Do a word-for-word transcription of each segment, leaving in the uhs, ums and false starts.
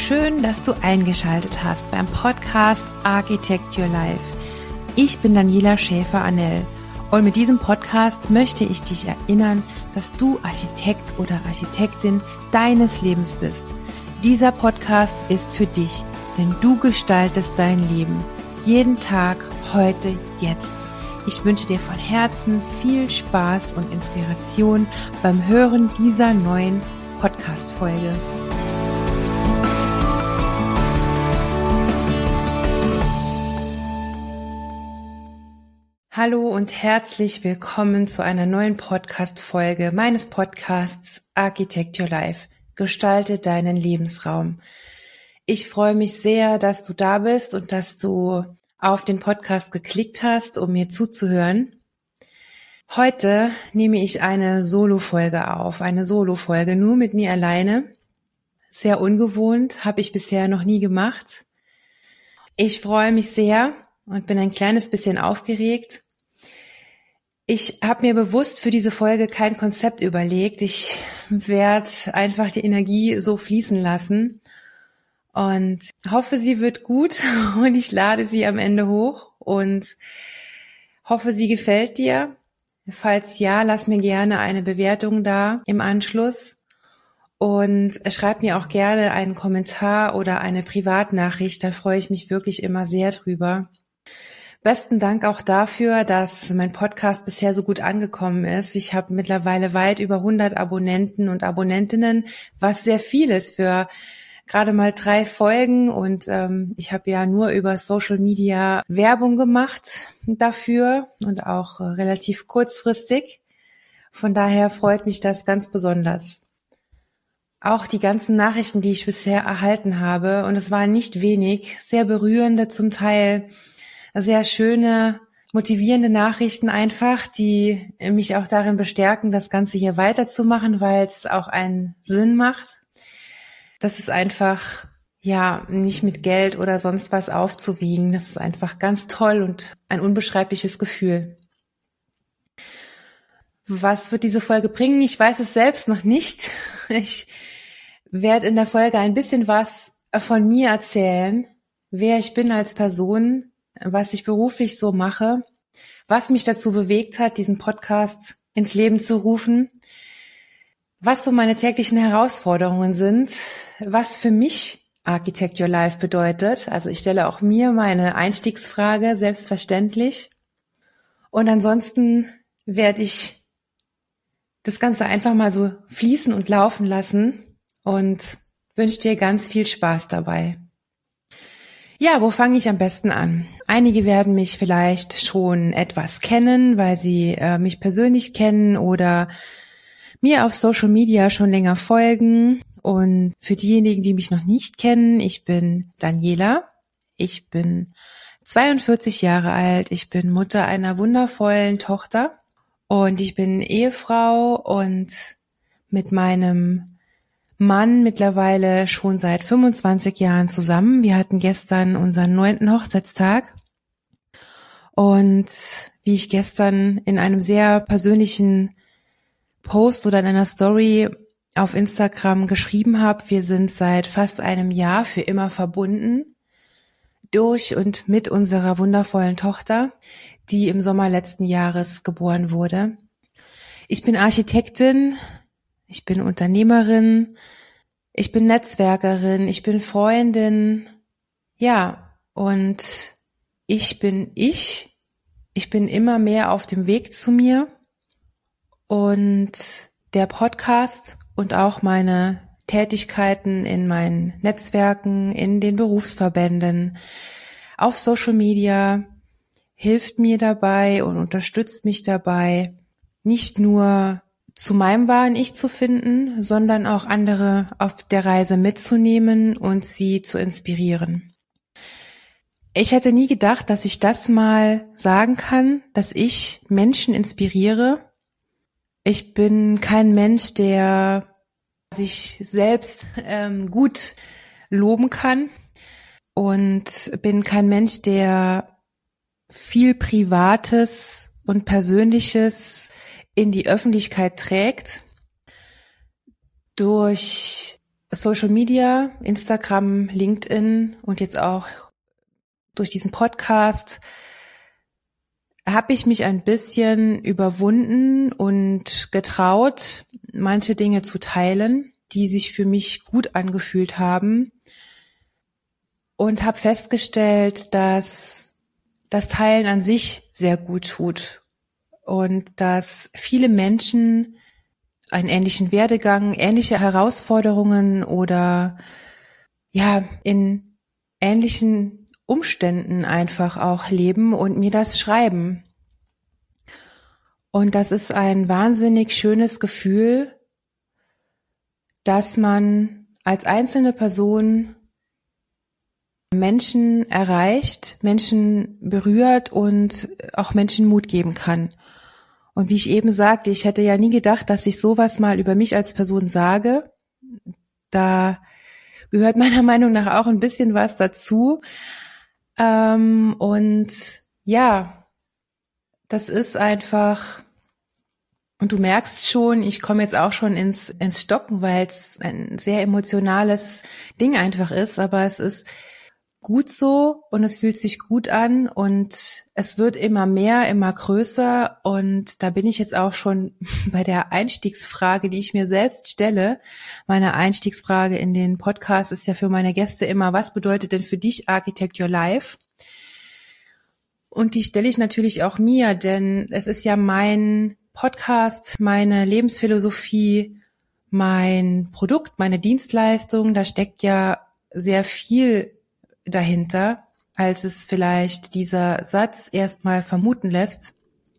Schön, dass du eingeschaltet hast beim Podcast Architect Your Life. Ich bin Daniela Schäfer-Annell und mit diesem Podcast möchte ich dich erinnern, dass du Architekt oder Architektin deines Lebens bist. Dieser Podcast ist für dich, denn du gestaltest dein Leben. Jeden Tag, heute, jetzt. Ich wünsche dir von Herzen viel Spaß und Inspiration beim Hören dieser neuen Podcast-Folge. Hallo und herzlich willkommen zu einer neuen Podcast-Folge meines Podcasts Architect Your Life. Gestalte deinen Lebensraum. Ich freue mich sehr, dass du da bist und dass du auf den Podcast geklickt hast, um mir zuzuhören. Heute nehme ich eine Solo-Folge auf, eine Solo-Folge nur mit mir alleine. Sehr ungewohnt, habe ich bisher noch nie gemacht. Ich freue mich sehr und bin ein kleines bisschen aufgeregt. Ich habe mir bewusst für diese Folge kein Konzept überlegt. Ich werde einfach die Energie so fließen lassen und hoffe, sie wird gut und ich lade sie am Ende hoch und hoffe, sie gefällt dir. Falls ja, lass mir gerne eine Bewertung da im Anschluss und schreib mir auch gerne einen Kommentar oder eine Privatnachricht. Da freue ich mich wirklich immer sehr drüber. Besten Dank auch dafür, dass mein Podcast bisher so gut angekommen ist. Ich habe mittlerweile weit über hundert Abonnenten und Abonnentinnen, was sehr viel ist für gerade mal drei Folgen. Und ähm, ich habe ja nur über Social Media Werbung gemacht dafür und auch äh, relativ kurzfristig. Von daher freut mich das ganz besonders. Auch die ganzen Nachrichten, die ich bisher erhalten habe, und es waren nicht wenig, sehr berührende, zum Teil sehr schöne, motivierende Nachrichten einfach, die mich auch darin bestärken, das Ganze hier weiterzumachen, weil es auch einen Sinn macht. Das ist einfach, ja, nicht mit Geld oder sonst was aufzuwiegen. Das ist einfach ganz toll und ein unbeschreibliches Gefühl. Was wird diese Folge bringen? Ich weiß es selbst noch nicht. Ich werde in der Folge ein bisschen was von mir erzählen, wer ich bin als Person, was ich beruflich so mache, was mich dazu bewegt hat, diesen Podcast ins Leben zu rufen, was so meine täglichen Herausforderungen sind, was für mich Architect Your Life bedeutet. Also ich stelle auch mir meine Einstiegsfrage, selbstverständlich. Und ansonsten werde ich das Ganze einfach mal so fließen und laufen lassen und wünsche dir ganz viel Spaß dabei. Ja, wo fange ich am besten an? Einige werden mich vielleicht schon etwas kennen, weil sie äh, mich persönlich kennen oder mir auf Social Media schon länger folgen. Und für diejenigen, die mich noch nicht kennen, ich bin Daniela. Ich bin zweiundvierzig Jahre alt. Ich bin Mutter einer wundervollen Tochter und ich bin Ehefrau und mit meinem Mann mittlerweile schon seit fünfundzwanzig Jahren zusammen. Wir hatten gestern unseren neunten Hochzeitstag und wie ich gestern in einem sehr persönlichen Post oder in einer Story auf Instagram geschrieben habe, wir sind seit fast einem Jahr für immer verbunden durch und mit unserer wundervollen Tochter, die im Sommer letzten Jahres geboren wurde. Ich bin Architektin, ich bin Unternehmerin, ich bin Netzwerkerin, ich bin Freundin, ja, und ich bin ich. Ich bin immer mehr auf dem Weg zu mir und der Podcast und auch meine Tätigkeiten in meinen Netzwerken, in den Berufsverbänden, auf Social Media hilft mir dabei und unterstützt mich dabei, nicht nur zu meinem wahren Ich zu finden, sondern auch andere auf der Reise mitzunehmen und sie zu inspirieren. Ich hätte nie gedacht, dass ich das mal sagen kann, dass ich Menschen inspiriere. Ich bin kein Mensch, der sich selbst ähm, gut loben kann und bin kein Mensch, der viel Privates und Persönliches in die Öffentlichkeit trägt. Durch Social Media, Instagram, LinkedIn und jetzt auch durch diesen Podcast habe ich mich ein bisschen überwunden und getraut, manche Dinge zu teilen, die sich für mich gut angefühlt haben, und habe festgestellt, dass das Teilen an sich sehr gut tut und dass viele Menschen einen ähnlichen Werdegang, ähnliche Herausforderungen oder ja, in ähnlichen Umständen einfach auch leben und mir das schreiben. Und das ist ein wahnsinnig schönes Gefühl, dass man als einzelne Person Menschen erreicht, Menschen berührt und auch Menschen Mut geben kann. Und wie ich eben sagte, ich hätte ja nie gedacht, dass ich sowas mal über mich als Person sage. Da gehört meiner Meinung nach auch ein bisschen was dazu. Ähm, und ja, das ist einfach, und du merkst schon, ich komme jetzt auch schon ins, ins Stocken, weil es ein sehr emotionales Ding einfach ist, aber es ist gut so und es fühlt sich gut an und es wird immer mehr, immer größer, und da bin ich jetzt auch schon bei der Einstiegsfrage, die ich mir selbst stelle. Meine Einstiegsfrage in den Podcast ist ja für meine Gäste immer: Was bedeutet denn für dich Architect Your Life? Und die stelle ich natürlich auch mir, denn es ist ja mein Podcast, meine Lebensphilosophie, mein Produkt, meine Dienstleistung. Da steckt ja sehr viel dahinter, als es vielleicht dieser Satz erstmal vermuten lässt.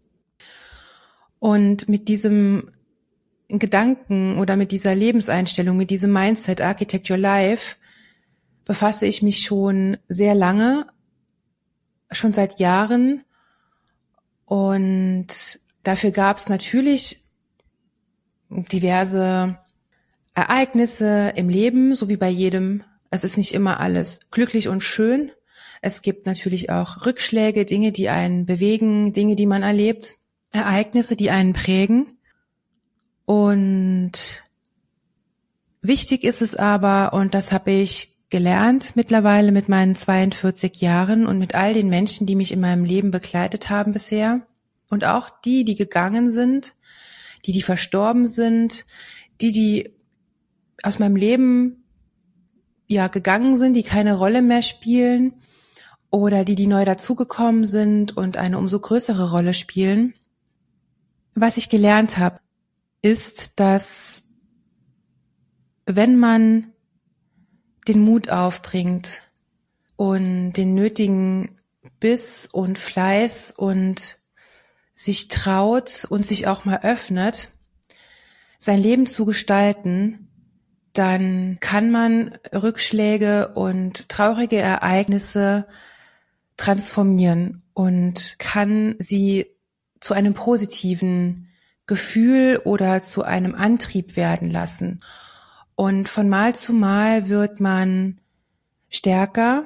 Und mit diesem Gedanken oder mit dieser Lebenseinstellung, mit diesem Mindset Architect Your Life befasse ich mich schon sehr lange, schon seit Jahren. Und dafür gab es natürlich diverse Ereignisse im Leben, so wie bei jedem. Es ist nicht immer alles glücklich und schön. Es gibt natürlich auch Rückschläge, Dinge, die einen bewegen, Dinge, die man erlebt, Ereignisse, die einen prägen. Und wichtig ist es aber, und das habe ich gelernt mittlerweile mit meinen zweiundvierzig Jahren und mit all den Menschen, die mich in meinem Leben begleitet haben bisher, und auch die, die gegangen sind, die, die verstorben sind, die, die aus meinem Leben ja gegangen sind, die keine Rolle mehr spielen, oder die, die neu dazugekommen sind und eine umso größere Rolle spielen. Was ich gelernt habe, ist, dass wenn man den Mut aufbringt und den nötigen Biss und Fleiß und sich traut und sich auch mal öffnet, sein Leben zu gestalten, dann kann man Rückschläge und traurige Ereignisse transformieren und kann sie zu einem positiven Gefühl oder zu einem Antrieb werden lassen. Und von Mal zu Mal wird man stärker.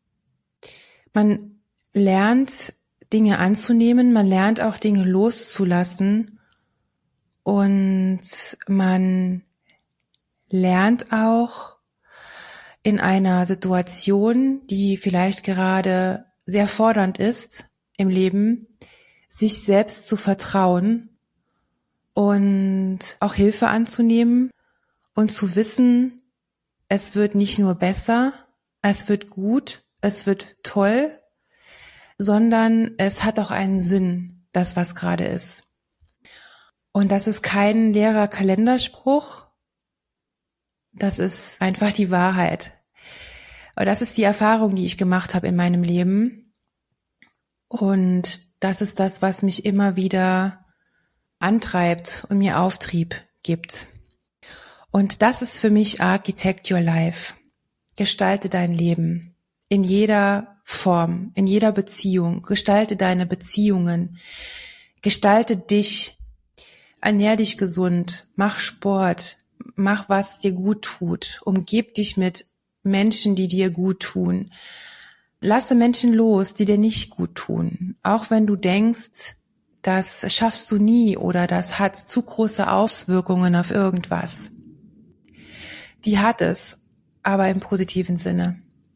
Man lernt, Dinge anzunehmen, man lernt auch Dinge loszulassen, und man lernt auch in einer Situation, die vielleicht gerade sehr fordernd ist im Leben, sich selbst zu vertrauen und auch Hilfe anzunehmen und zu wissen, es wird nicht nur besser, es wird gut, es wird toll, sondern es hat auch einen Sinn, das, was gerade ist. Und das ist kein leerer Kalenderspruch, das ist einfach die Wahrheit. Aber das ist die Erfahrung, die ich gemacht habe in meinem Leben. Und das ist das, was mich immer wieder antreibt und mir Auftrieb gibt. Und das ist für mich Architect Your Life. Gestalte dein Leben in jeder Form, in jeder Beziehung. Gestalte deine Beziehungen. Gestalte dich. Ernähr dich gesund. Mach Sport. Mach, was dir gut tut. Umgib dich mit Menschen, die dir gut tun. Lasse Menschen los, die dir nicht gut tun. Auch wenn du denkst, das schaffst du nie oder das hat zu große Auswirkungen auf irgendwas. die hat es, aber im positiven Sinne.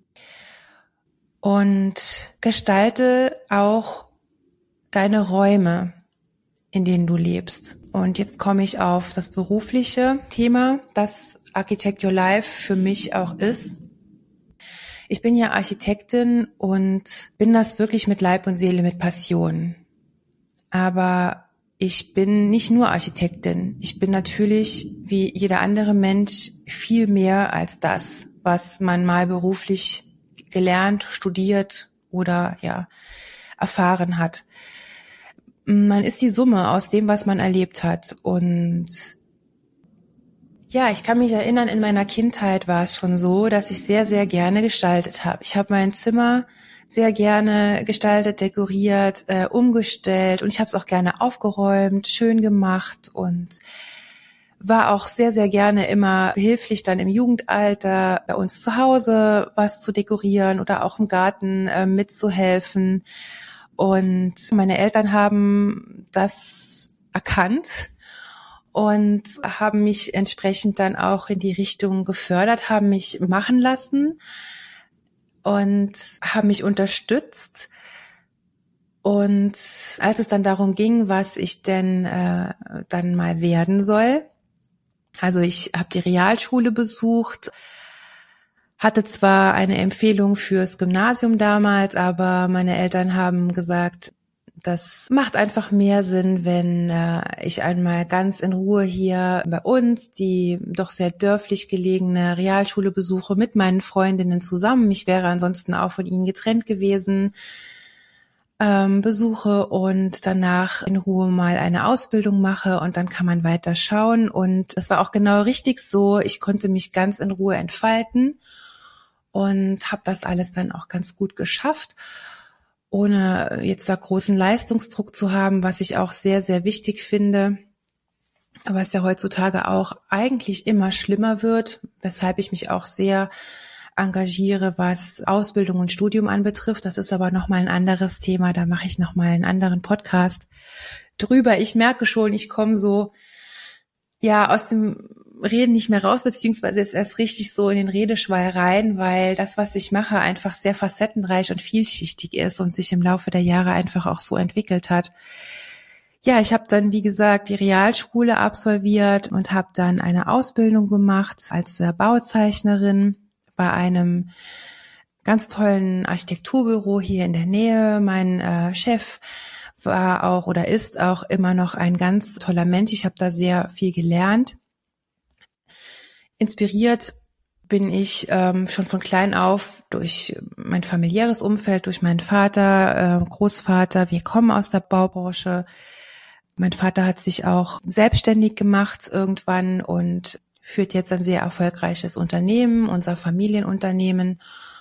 Und gestalte auch deine Räume, in denen du lebst. Und jetzt komme ich auf das berufliche Thema, das Architect Your Life für mich auch ist. Ich bin ja Architektin und bin das wirklich mit Leib und Seele, mit Passion. Aber ich bin nicht nur Architektin. Ich bin natürlich, wie jeder andere Mensch, viel mehr als das, was man mal beruflich gelernt, studiert oder ja erfahren hat. Man ist die Summe aus dem, was man erlebt hat. Und ja, ich kann mich erinnern, in meiner Kindheit war es schon so, dass ich sehr, sehr gerne gestaltet habe. Ich habe mein Zimmer sehr gerne gestaltet, dekoriert, äh, umgestellt und ich habe es auch gerne aufgeräumt, schön gemacht und war auch sehr, sehr gerne immer behilflich dann im Jugendalter bei uns zu Hause was zu dekorieren oder auch im Garten äh, mitzuhelfen. Und meine Eltern haben das erkannt und haben mich entsprechend dann auch in die Richtung gefördert, haben mich machen lassen und haben mich unterstützt. Und als es dann darum ging, was ich denn äh, dann mal werden soll, also ich habe die Realschule besucht, hatte zwar eine Empfehlung fürs Gymnasium damals, aber meine Eltern haben gesagt, das macht einfach mehr Sinn, wenn äh, ich einmal ganz in Ruhe hier bei uns die doch sehr dörflich gelegene Realschule besuche mit meinen Freundinnen zusammen. Ich wäre ansonsten auch von ihnen getrennt gewesen. Ähm, besuche und danach in Ruhe mal eine Ausbildung mache und dann kann man weiter schauen. Und es war auch genau richtig so. Ich konnte mich ganz in Ruhe entfalten und habe das alles dann auch ganz gut geschafft, ohne jetzt da großen Leistungsdruck zu haben, was ich auch sehr, sehr wichtig finde, aber es ja heutzutage auch eigentlich immer schlimmer wird, weshalb ich mich auch sehr engagiere, was Ausbildung und Studium anbetrifft. Das ist aber nochmal ein anderes Thema, da mache ich nochmal einen anderen Podcast drüber. Ich merke schon, ich komme so ja aus dem Reden nicht mehr raus, beziehungsweise jetzt erst richtig so in den Redeschwall rein, weil das, was ich mache, einfach sehr facettenreich und vielschichtig ist und sich im Laufe der Jahre einfach auch so entwickelt hat. Ja, ich habe dann, wie gesagt, die Realschule absolviert und habe dann eine Ausbildung gemacht als Bauzeichnerin bei einem ganz tollen Architekturbüro hier in der Nähe. Mein äh, Chef war auch oder ist auch immer noch ein ganz toller Mensch. Ich habe da sehr viel gelernt. Inspiriert bin ich ähm, schon von klein auf durch mein familiäres Umfeld, durch meinen Vater, äh, Großvater. Wir kommen aus der Baubranche. Mein Vater hat sich auch selbstständig gemacht irgendwann und führt jetzt ein sehr erfolgreiches Unternehmen, unser Familienunternehmen.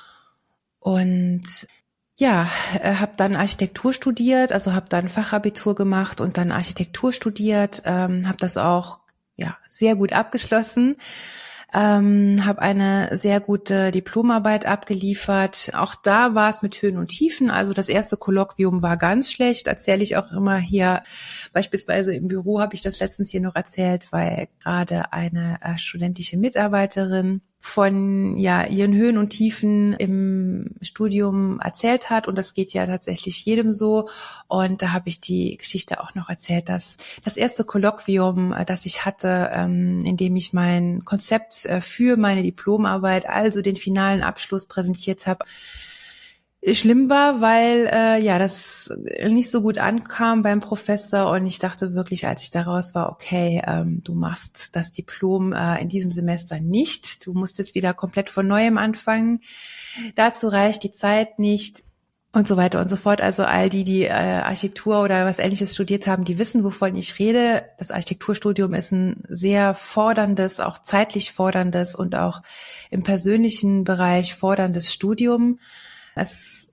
Und ja, habe dann Architektur studiert, also habe dann Fachabitur gemacht und dann Architektur studiert, ähm, habe das auch ja sehr gut abgeschlossen, ähm, habe eine sehr gute Diplomarbeit abgeliefert. Auch da war es mit Höhen und Tiefen. Also das erste Kolloquium war ganz schlecht, erzähle ich auch immer hier. Beispielsweise im Büro habe ich das letztens hier noch erzählt, weil gerade eine äh, studentische Mitarbeiterin von ja ihren Höhen und Tiefen im Studium erzählt hat und das geht ja tatsächlich jedem so und da habe ich die Geschichte auch noch erzählt, dass das erste Kolloquium, das ich hatte, in dem ich mein Konzept für meine Diplomarbeit, also den finalen Abschluss präsentiert habe, schlimm war, weil äh, ja das nicht so gut ankam beim Professor und ich dachte wirklich, als ich da raus war, okay, ähm, du machst das Diplom äh, in diesem Semester nicht, du musst jetzt wieder komplett von Neuem anfangen, dazu reicht die Zeit nicht und so weiter und so fort. Also all die, die äh, Architektur oder was Ähnliches studiert haben, die wissen, wovon ich rede. Das Architekturstudium ist ein sehr forderndes, auch zeitlich forderndes und auch im persönlichen Bereich forderndes Studium. Es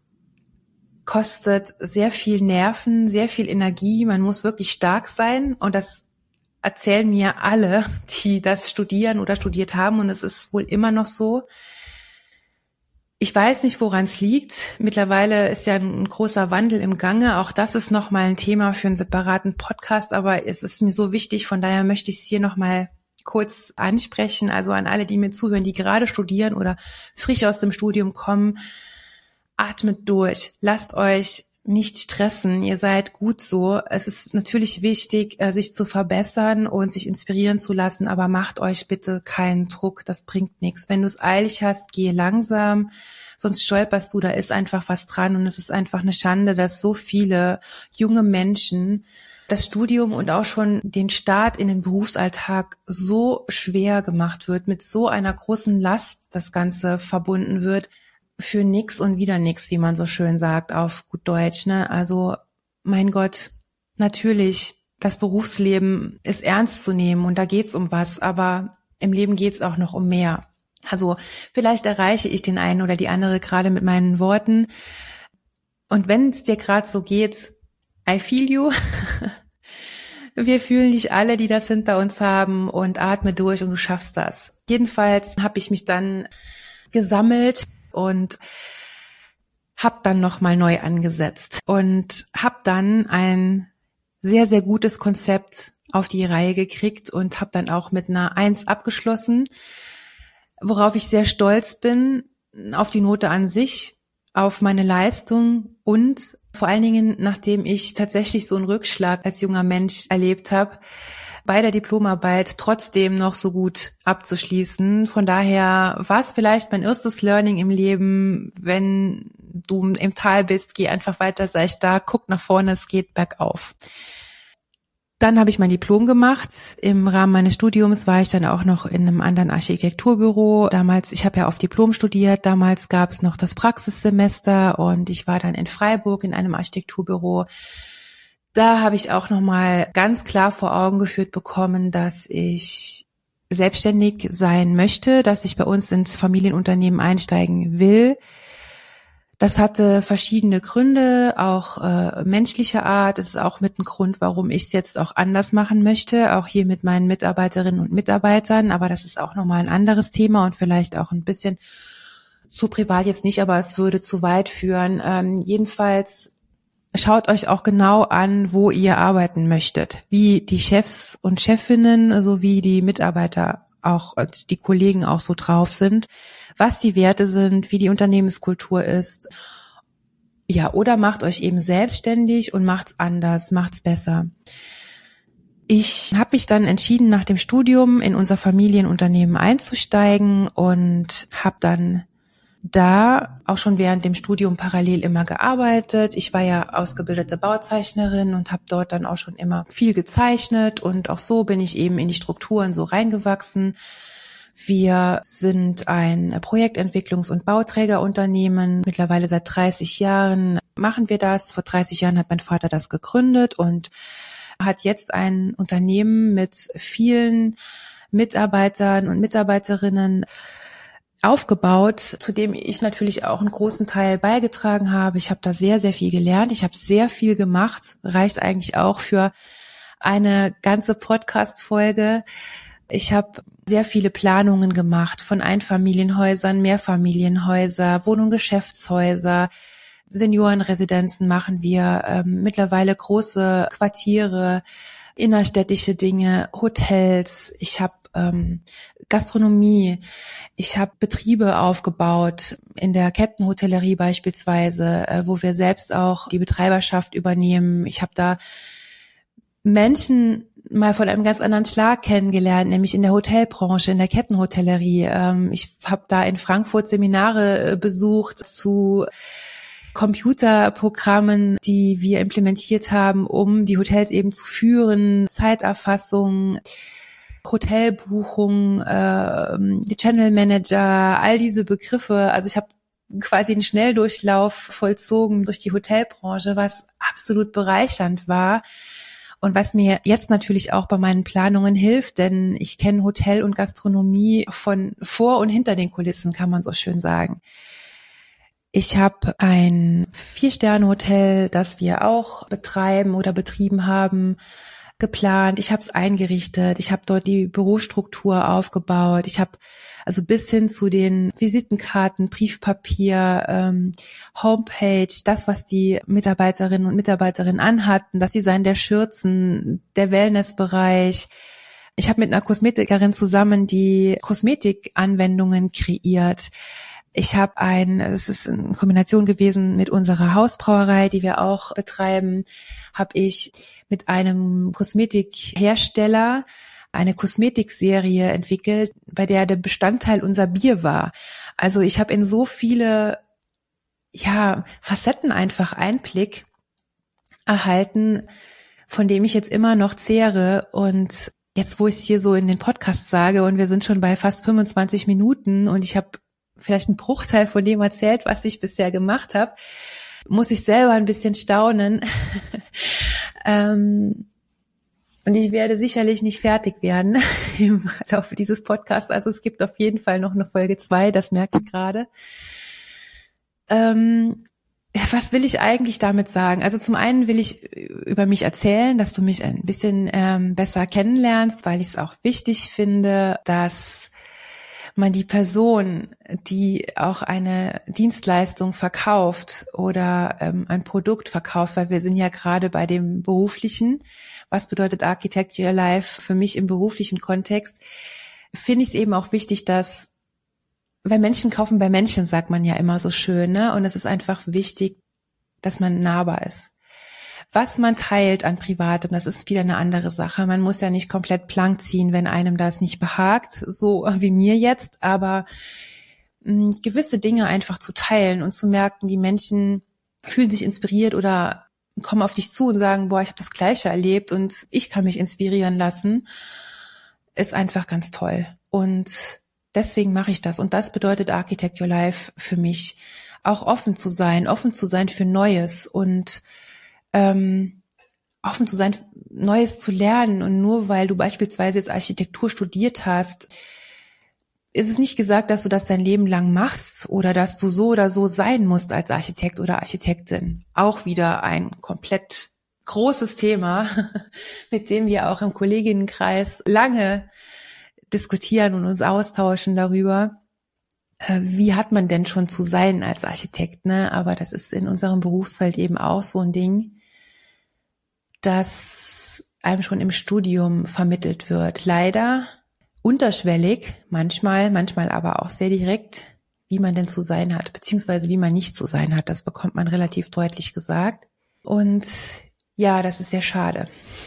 kostet sehr viel Nerven, sehr viel Energie. Man muss wirklich stark sein. Und das erzählen mir alle, die das studieren oder studiert haben. Und es ist wohl immer noch so. Ich weiß nicht, woran es liegt. Mittlerweile ist ja ein großer Wandel im Gange. Auch das ist nochmal ein Thema für einen separaten Podcast. Aber es ist mir so wichtig. Von daher möchte ich es hier nochmal kurz ansprechen, also an alle, die mir zuhören, die gerade studieren oder frisch aus dem Studium kommen. Atmet durch, lasst euch nicht stressen, ihr seid gut so. Es ist natürlich wichtig, sich zu verbessern und sich inspirieren zu lassen, aber macht euch bitte keinen Druck, das bringt nichts. Wenn du es eilig hast, geh langsam, sonst stolperst du, da ist einfach was dran und es ist einfach eine Schande, dass so viele junge Menschen das Studium und auch schon den Start in den Berufsalltag so schwer gemacht wird, mit so einer großen Last das Ganze verbunden wird, für nix und wieder nix, wie man so schön sagt, auf gut Deutsch, ne? Also, mein Gott, natürlich, das Berufsleben ist ernst zu nehmen und da geht's um was, aber im Leben geht's auch noch um mehr. Also, vielleicht erreiche ich den einen oder die andere gerade mit meinen Worten. Und wenn es dir gerade so geht, I feel you. Wir fühlen dich alle, die das hinter uns haben, und atme durch und du schaffst das. Jedenfalls habe ich mich dann gesammelt und hab dann nochmal neu angesetzt und hab dann ein sehr, sehr gutes Konzept auf die Reihe gekriegt und hab dann auch mit einer Eins abgeschlossen, worauf ich sehr stolz bin, auf die Note an sich, auf meine Leistung und vor allen Dingen, nachdem ich tatsächlich so einen Rückschlag als junger Mensch erlebt habe, bei der Diplomarbeit trotzdem noch so gut abzuschließen. Von daher war es vielleicht mein erstes Learning im Leben. Wenn du im Tal bist, geh einfach weiter, sei stark, guck nach vorne, es geht bergauf. Dann habe ich mein Diplom gemacht. Im Rahmen meines Studiums war ich dann auch noch in einem anderen Architekturbüro. Damals, ich habe ja auf Diplom studiert, damals gab es noch das Praxissemester und ich war dann in Freiburg in einem Architekturbüro. Da habe ich auch nochmal ganz klar vor Augen geführt bekommen, dass ich selbstständig sein möchte, dass ich bei uns ins Familienunternehmen einsteigen will. Das hatte verschiedene Gründe, auch äh, menschlicher Art. Es ist auch mit ein Grund, warum ich es jetzt auch anders machen möchte, auch hier mit meinen Mitarbeiterinnen und Mitarbeitern. Aber das ist auch nochmal ein anderes Thema und vielleicht auch ein bisschen zu privat jetzt nicht, aber es würde zu weit führen. Ähm, jedenfalls schaut euch auch genau an, wo ihr arbeiten möchtet, wie die Chefs und Chefinnen sowie die Mitarbeiter auch, die Kollegen auch so drauf sind, was die Werte sind, wie die Unternehmenskultur ist. Ja, oder macht euch eben selbstständig und macht's anders, macht's besser. Ich habe mich dann entschieden, nach dem Studium in unser Familienunternehmen einzusteigen und habe dann da auch schon während dem Studium parallel immer gearbeitet. Ich war ja ausgebildete Bauzeichnerin und habe dort dann auch schon immer viel gezeichnet und auch so bin ich eben in die Strukturen so reingewachsen. Wir sind ein Projektentwicklungs- und Bauträgerunternehmen. Mittlerweile seit dreißig Jahren machen wir das. Vor dreißig Jahren hat mein Vater das gegründet und hat jetzt ein Unternehmen mit vielen Mitarbeitern und Mitarbeiterinnen aufgebaut, zu dem ich natürlich auch einen großen Teil beigetragen habe. Ich habe da sehr, sehr viel gelernt. Ich habe sehr viel gemacht. Reicht eigentlich auch für eine ganze Podcast-Folge. Ich habe sehr viele Planungen gemacht von Einfamilienhäusern, Mehrfamilienhäuser, Wohn- und Geschäftshäuser, Seniorenresidenzen machen wir, ähm, mittlerweile große Quartiere, innerstädtische Dinge, Hotels. Ich habe ähm, Gastronomie. Ich habe Betriebe aufgebaut, in der Kettenhotellerie beispielsweise, äh, wo wir selbst auch die Betreiberschaft übernehmen. Ich habe da Menschen mal von einem ganz anderen Schlag kennengelernt, nämlich in der Hotelbranche, in der Kettenhotellerie. Ähm, ich habe da in Frankfurt Seminare äh, besucht zu Computerprogrammen, die wir implementiert haben, um die Hotels eben zu führen, Zeiterfassung, Hotelbuchung, äh, Channel Manager, all diese Begriffe. Also ich habe quasi einen Schnelldurchlauf vollzogen durch die Hotelbranche, was absolut bereichernd war und was mir jetzt natürlich auch bei meinen Planungen hilft, denn ich kenne Hotel und Gastronomie von vor und hinter den Kulissen, kann man so schön sagen. Ich habe ein Vier-Sterne-Hotel, das wir auch betreiben oder betrieben haben, geplant. Ich habe es eingerichtet. Ich habe dort die Bürostruktur aufgebaut. Ich habe also bis hin zu den Visitenkarten, Briefpapier, ähm, Homepage, das, was die Mitarbeiterinnen und Mitarbeiterinnen anhatten, das Design der Schürzen, der Wellnessbereich. Ich habe mit einer Kosmetikerin zusammen die Kosmetikanwendungen kreiert. Ich habe ein, es ist eine Kombination gewesen mit unserer Hausbrauerei, die wir auch betreiben, habe ich mit einem Kosmetikhersteller eine Kosmetikserie entwickelt, bei der der Bestandteil unser Bier war. Also ich habe in so viele ja Facetten einfach Einblick erhalten, von dem ich jetzt immer noch zehre. Und jetzt, wo ich es hier so in den Podcast sage und wir sind schon bei fast fünfundzwanzig Minuten und ich habe vielleicht einen Bruchteil von dem erzählt, was ich bisher gemacht habe, muss ich selber ein bisschen staunen. ähm, und ich werde sicherlich nicht fertig werden im Laufe dieses Podcasts. Also es gibt auf jeden Fall noch eine Folge zwei, das merke ich gerade. Ähm, was will ich eigentlich damit sagen? Also zum einen will ich über mich erzählen, dass du mich ein bisschen ähm, besser kennenlernst, weil ich es auch wichtig finde, dass man die Person, die auch eine Dienstleistung verkauft oder ähm, ein Produkt verkauft, weil wir sind ja gerade bei dem Beruflichen. Was bedeutet Architect Your Life für mich im beruflichen Kontext? Finde ich es eben auch wichtig, dass, weil Menschen kaufen bei Menschen, sagt man ja immer so schön, ne? Und es ist einfach wichtig, dass man nahbar ist. Was man teilt an Privatem, das ist wieder eine andere Sache. Man muss ja nicht komplett blank ziehen, wenn einem das nicht behagt, so wie mir jetzt, aber mh, gewisse Dinge einfach zu teilen und zu merken, die Menschen fühlen sich inspiriert oder kommen auf dich zu und sagen, boah, ich habe das Gleiche erlebt und ich kann mich inspirieren lassen, ist einfach ganz toll. Und deswegen mache ich das. Und das bedeutet Architect Your Life für mich, auch offen zu sein, offen zu sein für Neues und ähm, offen zu sein, Neues zu lernen. Und nur weil du beispielsweise jetzt Architektur studiert hast, ist es nicht gesagt, dass du das dein Leben lang machst oder dass du so oder so sein musst als Architekt oder Architektin. Auch wieder ein komplett großes Thema, mit dem wir auch im Kolleginnenkreis lange diskutieren und uns austauschen darüber. Wie hat man denn schon zu sein als Architekt, ne? Aber das ist in unserem Berufsfeld eben auch so ein Ding, das einem schon im Studium vermittelt wird. Leider unterschwellig, manchmal, manchmal aber auch sehr direkt, wie man denn zu sein hat, beziehungsweise wie man nicht zu sein hat. Das bekommt man relativ deutlich gesagt. Und ja, das ist sehr schade.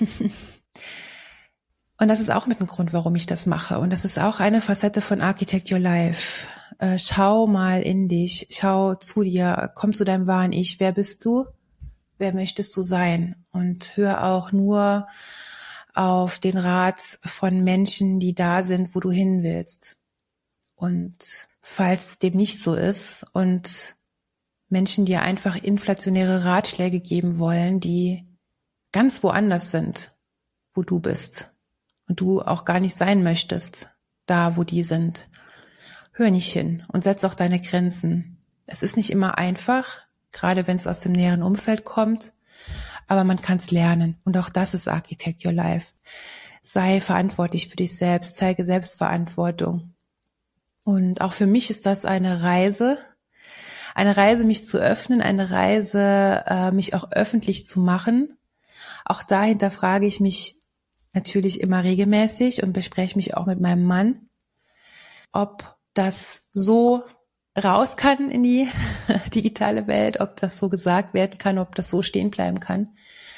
Und das ist auch mit dem Grund, warum ich das mache. Und das ist auch eine Facette von Architect Your Life. Äh, schau mal in dich, schau zu dir, komm zu deinem wahren Ich. Wer bist du? Wer möchtest du sein? Und hör auch nur auf den Rat von Menschen, die da sind, wo du hin willst. Und falls dem nicht so ist und Menschen dir einfach inflationäre Ratschläge geben wollen, die ganz woanders sind, wo du bist und du auch gar nicht sein möchtest, da wo die sind, hör nicht hin und setz auch deine Grenzen. Es ist nicht immer einfach, gerade wenn es aus dem näheren Umfeld kommt, aber man kann es lernen. Und auch das ist Architect Your Life. Sei verantwortlich für dich selbst, zeige Selbstverantwortung. Und auch für mich ist das eine Reise, eine Reise, mich zu öffnen, eine Reise, äh, mich auch öffentlich zu machen. Auch dahinter frage ich mich natürlich immer regelmäßig und bespreche mich auch mit meinem Mann, ob das so raus kann in die digitale Welt, ob das so gesagt werden kann, ob das so stehen bleiben kann.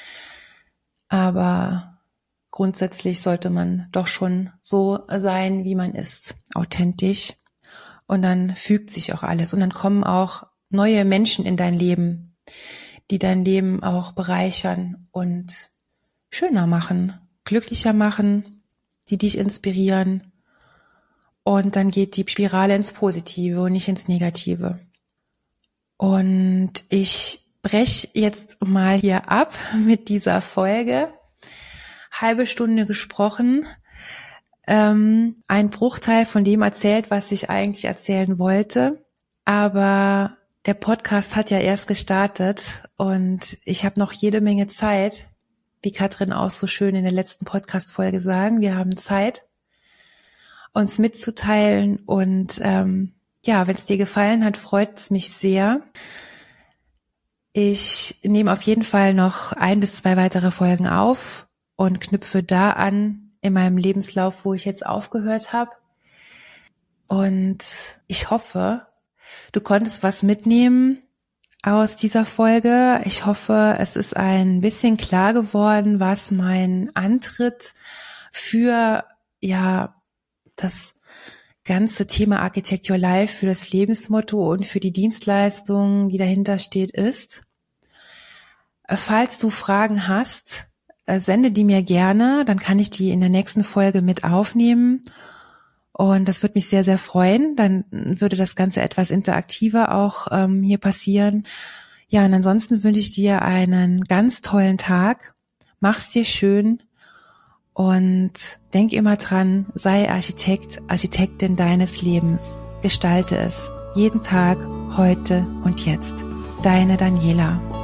Aber grundsätzlich sollte man doch schon so sein, wie man ist, authentisch. Und dann fügt sich auch alles. Und dann kommen auch neue Menschen in dein Leben, die dein Leben auch bereichern und schöner machen, glücklicher machen, die dich inspirieren. Und dann geht die Spirale ins Positive und nicht ins Negative. Und ich breche jetzt mal hier ab mit dieser Folge. Halbe Stunde gesprochen. Ähm, ein Bruchteil von dem erzählt, was ich eigentlich erzählen wollte. Aber der Podcast hat ja erst gestartet und ich habe noch jede Menge Zeit, wie Katrin auch so schön in der letzten Podcast-Folge sagen. Wir haben Zeit, uns mitzuteilen und ähm, ja, wenn es dir gefallen hat, freut es mich sehr. Ich nehme auf jeden Fall noch ein bis zwei weitere Folgen auf und knüpfe da an, in meinem Lebenslauf, wo ich jetzt aufgehört habe. Und ich hoffe, du konntest was mitnehmen aus dieser Folge. Ich hoffe, es ist ein bisschen klar geworden, was mein Antritt für ja das ganze Thema Architect Your Life, für das Lebensmotto und für die Dienstleistung, die dahinter steht, ist. Falls du Fragen hast, sende die mir gerne, dann kann ich die in der nächsten Folge mit aufnehmen. Und das würde mich sehr, sehr freuen. Dann würde das Ganze etwas interaktiver auch ähm, hier passieren. Ja, und ansonsten wünsche ich dir einen ganz tollen Tag. Mach's dir schön und denk immer dran, sei Architekt, Architektin deines Lebens. Gestalte es jeden Tag, heute und jetzt. Deine Daniela.